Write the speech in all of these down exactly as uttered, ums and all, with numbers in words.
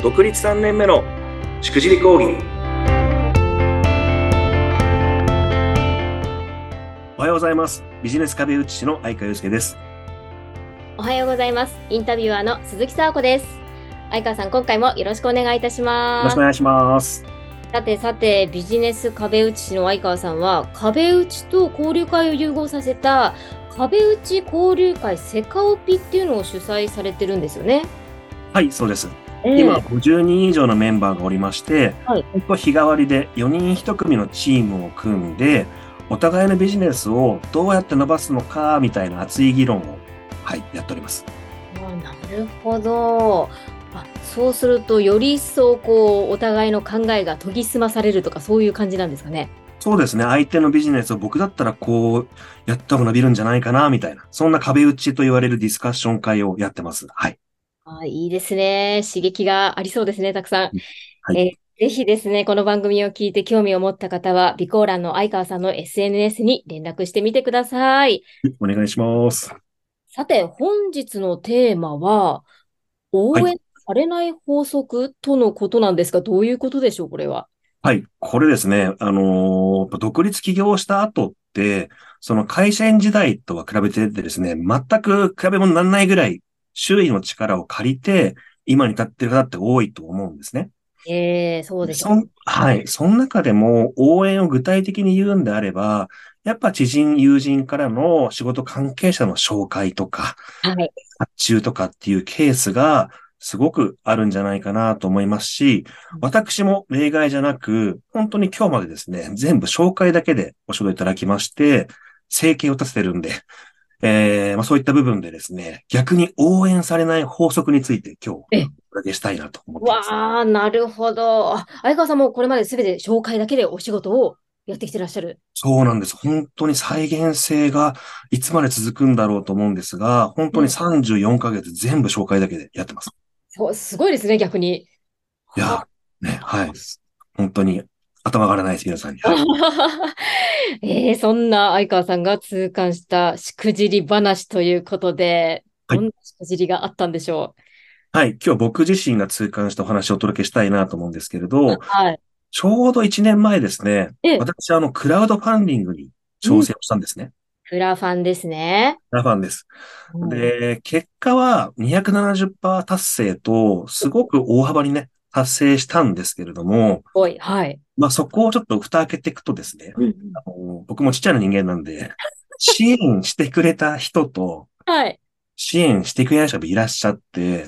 独立さんねんめのしくじり講義。おはようございます。ビジネス壁打ち師の相川祐介です。 おはようございます。インタビュアーの鈴木沙子です。相川さん、今回もよろしくお願いいたします。 よろしくお願いします。 さてさて、ビジネス壁打ち師の相川さんは、壁打ちと交流会を融合させた壁打ち交流会セカオピっていうのを主催されてるんですよね。 はい、そうです。 えー、 今ごじゅうにん以上のメンバーがおりまして、 はい、 本当日替わりでよにんいち組のチームを組んで、お互いのビジネスをどうやって伸ばすのかみたいな熱い議論を、はい、やっております。 あ、なるほど。あ、そうするとより一層こうお互いの考えが研ぎ澄まされるとか、そういう感じなんですかね。 そうですね。相手のビジネスを僕だったらこうやった方が伸びるんじゃないかなみたいな、そんな壁打ちと言われるディスカッション会をやってます。はい。 あ、いいですね。刺激がありそうですね、たくさん。 はい。 えーぜひですね、この番組を聞いて興味を持った方は、備考欄の相川さんの エスエヌエス に連絡してみてください。 お願いします。 さて、本日のテーマは、 はい。 応援されない法則とのことなんですが、どういうことでしょう、これは。 はい。これですね。あのー独立起業した後って、その会社員時代とは比べてですね、全く比べ物にならないぐらい周囲の力を借りて、今に立ってる方って多いと思うんですね。 えー、そうでしょそん、はい。その中でも応援を具体的に言うんであれば、やっぱ知人、友人からの仕事関係者の紹介とか、 う。はい。 発注とかっていうケースがすごくあるんじゃないかなと思いますし、私も例外じゃなく、本当に今日までですね、全部紹介だけでお仕事いただきまして、生計を立ててるんで、えーまあ、そういった部分でですね、逆に応援されない法則について今日、 え、 お届けしたいなと思ってます。 わー、なるほど。あ、相川さんもこれまで全て紹介だけでお仕事をやってきてらっしゃる。 そうなんです。本当に再現性がいつまで続くんだろうと思うんですが、本当にうん。 さんじゅうよんかげつ全部紹介だけでやってます。 そう、すごいですね、逆に。 いや、 はね、はい。本当に頭が上がらないです、皆さんに。 あ。 はい。 えー、そんな相川さんが痛感したしくじり話ということで、 はい。 どんなしくじりがあったんでしょはい。今日僕自身が痛感したお話をお届けしたいなと思うんですけれど、 う。はい。 ちょうどいちねんまえですね、 え、 私、あの、クラウドファンディングにうん。 挑戦をしたんですね。 クラファンですね。 クラファンです。 うん。 で、結果はにひゃくななじゅっパーセント達成と、すごく大幅にね、達成したんですけれども、 おい、はい。 まあそこをちょっと蓋開けていくとですね、 うんうん。 あの僕もちっちゃな人間なんで、支援してくれた人とはい。 支援してくれない人がいらっしゃって、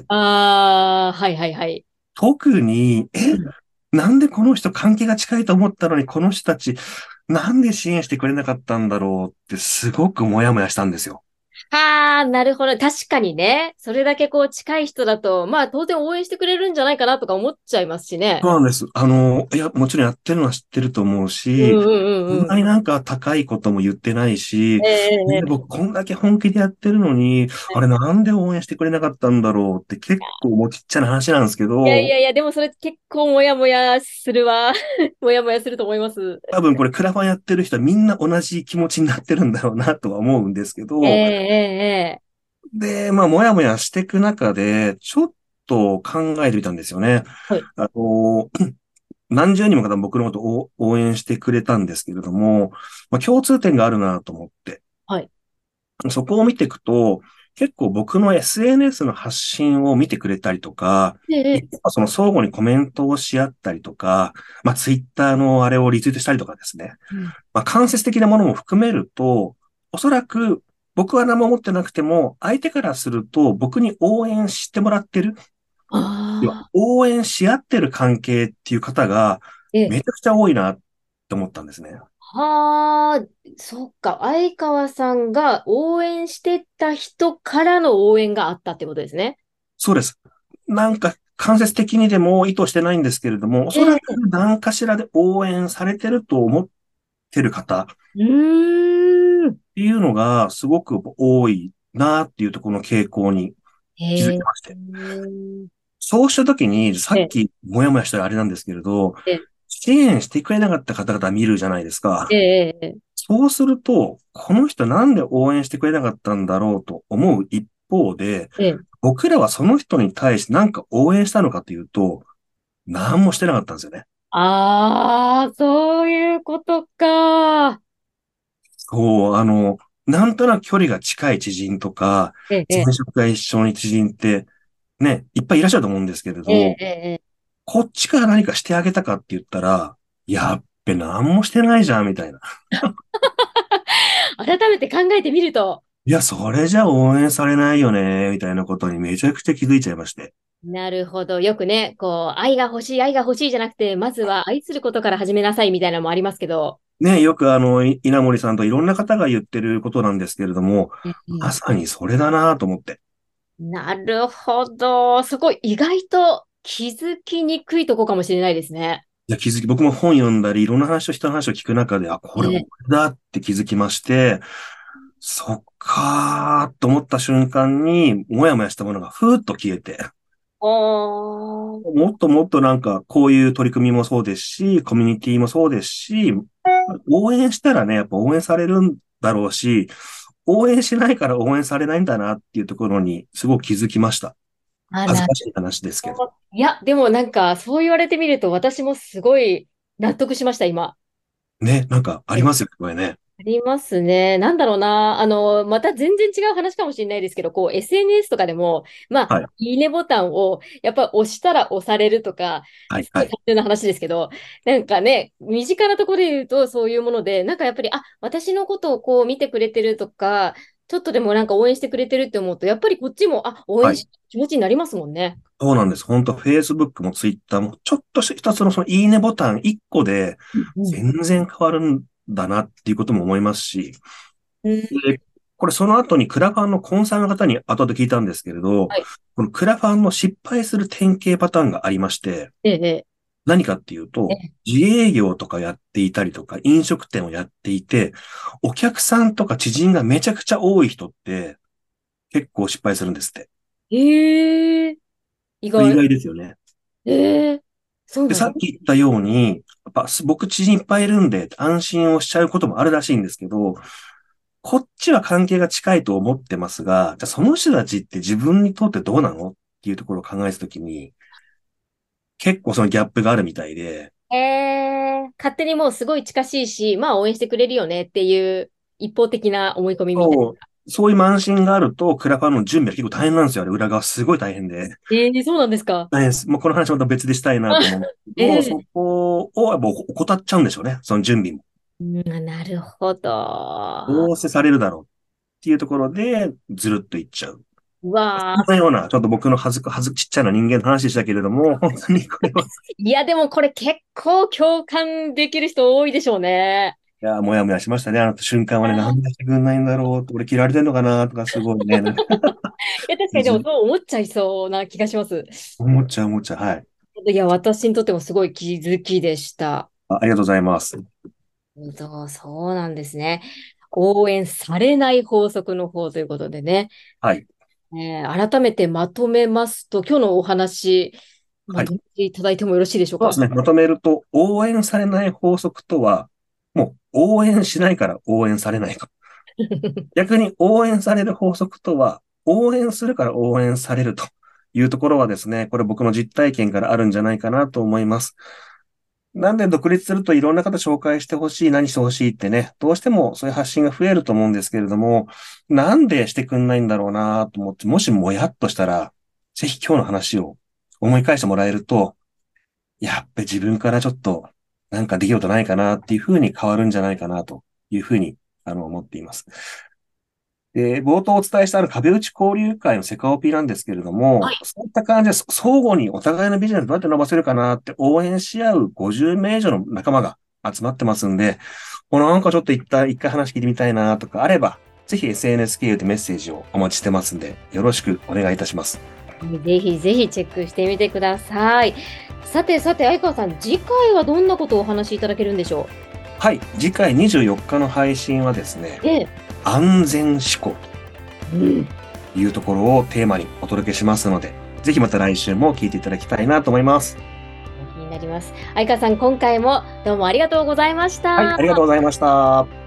あー、はいはいはい。 特に、え、 うん。 なんでこの人関係が近いと思ったのに、この人たち、なんで支援してくれなかったんだろうってすごくモヤモヤしたんですよ。 あー、なるほど。確かにね。それだけこう近い人だと、まあ当然応援してくれるんじゃないかなとか思っちゃいますしね。 そうなんです。あの、いや、もちろんやってるのは知ってると思うし、 うんうんうんうん。 そんなになんか高いことも言ってないし、 ええね、 ええ。 僕こんだけ本気でやってるのに、あれなんで応援してくれなかったんだろうって結構もうちっちゃな話なんですけど、 いやいやいや、でもそれ結構もやもやするわ。もやもやすると思います。 多分これクラファンやってる人はみんな同じ気持ちになってるんだろうなとは思うんですけええど、 ええええ。 で、まあ、もやもやしていく中で、ちょっと考えてみたんですよね。 はい。 あの、何十人も方僕のことを応援してくれたんですけれども、まあ、共通点があるなと思って、 はい。 そこを見ていくと、結構僕の エスエヌエス の発信を見てくれたりとか、 ええ。 その相互にコメントをし合ったりとか、まあ、ツイッターのあれをリツイートしたりとかですね。 うん。 まあ、間接的なものも含めると、おそらく僕は何も思ってなくても、相手からすると僕に応援してもらってる、要はああ。 応援し合ってる関係っていう方がええ。 めちゃくちゃ多いなって思ったんですね。 はあ、そっか。相川さんが応援してた人からの応援があったってことですね。 そうです。なんか間接的にでも意図してないんですけれども、おそらくええ。 何かしらで応援されてると思ってる方っうーん。 ていうのがすごく多いなっていうところの傾向に気づへえ。 きまして。そうしたときに、さええ。 っきもやもやしたあれなんですけれど、 ええ。 支援してくれなかった方々見るじゃないですか。 ええ。ええ。 そうすると、この人なんで応援してくれなかったんだろうと思う一方で、 ええ。 僕らはその人に対して何か応援したのかというと、 何もしてなかったんですよね。 ああ、そういうことか。 そう、あの、なんとなく距離が近い知人とか、 ええ、 前職が一緒に知人ってね、いっぱいいらっしゃると思うんですけれええ、 ど、 ええ、ええ。 こっちから何かしてあげたかって言ったら、やっべ、何もしてないじゃん、みたいな。 改めて考えてみると、 いや、それじゃ応援されないよね、みたいなことにめちゃくちゃ気づいちゃいまして。 なるほど。よくね、こう、愛が欲しい、愛が欲しいじゃなくて、まずは愛することから始めなさいみたいなのもありますけど。 ね、よくあの、い稲森さんといろんな方が言ってることなんですけれども、 ええ、 まさにそれだなと思って。 なるほど。そこ意外と気づきにくいとこかもしれないですね。 いや、気づき、僕も本読んだり、いろんな話を、人の話を聞く中で、あ、これ俺ええ、 だって気づきまして、そっかーと思った瞬間に、もやもやしたものがふーっと消えて、 おー。 もっともっとなんか、こういう取り組みもそうですし、コミュニティもそうですし、応援したらね、やっぱ応援されるんだろうし、応援しないから応援されないんだなっていうところにすごく気づきました。 あ、なる恥ずかしい話ですけど。 ほど。いや、でもなんか、そう言われてみると、私もすごい納得しました、今。 ね、なんかありますよ、これね。 ありますね。なんだろうな。あの、また全然違う話かもしれないですけど、こう、エスエヌエス とかでも、まあ、 はい、 いいねボタンを、やっぱ押したら押されるとか、 はい、 すごはい。 い単純な話ですけど、なんかね、身近なところで言うとそういうもので、なんかやっぱり、あ、私のことをこう見てくれてるとか、ちょっとでもなんか応援してくれてるって思うと、やっぱりこっちも、あ、応はい。 援し、気持ちになりますもんね。 そうなんです。本当 Facebook も Twitter も、ちょっとした一つのそのいいねボタンいっこで、 うん全然変わるんだなっていうことも思いますし、 うん。 で、これその後にクラファンのコンサルの方に後で聞いたんですけれど、 はい。 このクラファンの失敗する典型パターンがありまして、 ええ、 何かっていうと、 ええ。 自営業とかやっていたりとか、飲食店をやっていて、お客さんとか知人がめちゃくちゃ多い人って結構失敗するんですって。 ええ、意これ意外。 外ですよね。 ええ、そうで、 なんだ。 さっき言ったように、やっぱ僕知人いっぱいいるんで安心をしちゃうこともあるらしいんですけど、こっちは関係が近いと思ってますが、じゃあその人たちって自分にとってどうなのっていうところを考えたときに、結構そのギャップがあるみたいで、 ええ、勝手にもうすごい近しいし、まあ応援してくれるよねっていう一方的な思い込みみたいそう、そういう慢心があると、クラファンの準備は結構大変なんですよ。あれ、裏側すごい大変で。 な。ええ、そうなんですか。 大変です。もうこの話また別でしたいなあ、 と思うんですけど、そええ、 こをやっぱ怠っちゃうんでしょうね。その準備も。 うん、なるほど。 どうせされるだろうっていうところで、ずるっといっちゃう。 うわあ、 そんなような、ちょっと僕の恥ずか、恥ず、ちっちゃな人間の話でしたけれども、本当にこれは、 いやでもこれ結構共感できる人多いでしょうね。 いや、もやもやしましたね。あの瞬間はね、なんでしてくんないんだろうって、俺嫌われてんのかなとか、すごいね、なんか、 いや確かにでもそう思っちゃいそうな気がします。 思っちゃう思っちゃう。はい。 いや、私にとってもすごい気づきでした。 あ、ありがとうございます。 そう、そうなんですね。応援されない法則の方ということでね。 はい。 えー改めてまとめますと、今日のお話、 はい。 まとめていただいてもよろしいでしょうか。 そうですね。まとめると、応援されない法則とは、もう応援しないから応援されないと。逆に応援される法則とは、応援するから応援されるというところはですね、これ僕の実体験からあるんじゃないかなと思います。なんで独立するといろんな方紹介してほしい、何してほしいってね、どうしてもそういう発信が増えると思うんですけれども、なんでしてくんないんだろうなと思って、もしもやっとしたら、ぜひ今日の話を思い返してもらえると、やっぱ自分からちょっとなんかできることないかなっていうふうに変わるんじゃないかなというふうにあの思っています。で、冒頭お伝えしたあの壁打ち交流会のセカオピなんですけれども、 はい。 そういった感じで相互にお互いのビジネスどうやって伸ばせるかなって応援し合うごじゅうめい以上の仲間が集まってますんで、このなんかちょっと一旦一回話聞いてみたいなとかあれば、ぜひ エスエヌエス 経由でメッセージをお待ちしてますんで、よろしくお願いいたします。 ぜひぜひチェックしてみてください。さてさて、相川さん、次回はどんなことをお話しいただけるんでしょはい、次回にじゅうよっかの配信はですね、 う。ええ。 安全思考うん。 というところをテーマにお届けしますので、ぜひまた来週も聞いていただきたいなと思います。 気になります。相川さん、今回もどうもありがとうございましはい、 た。 ありがとうございました。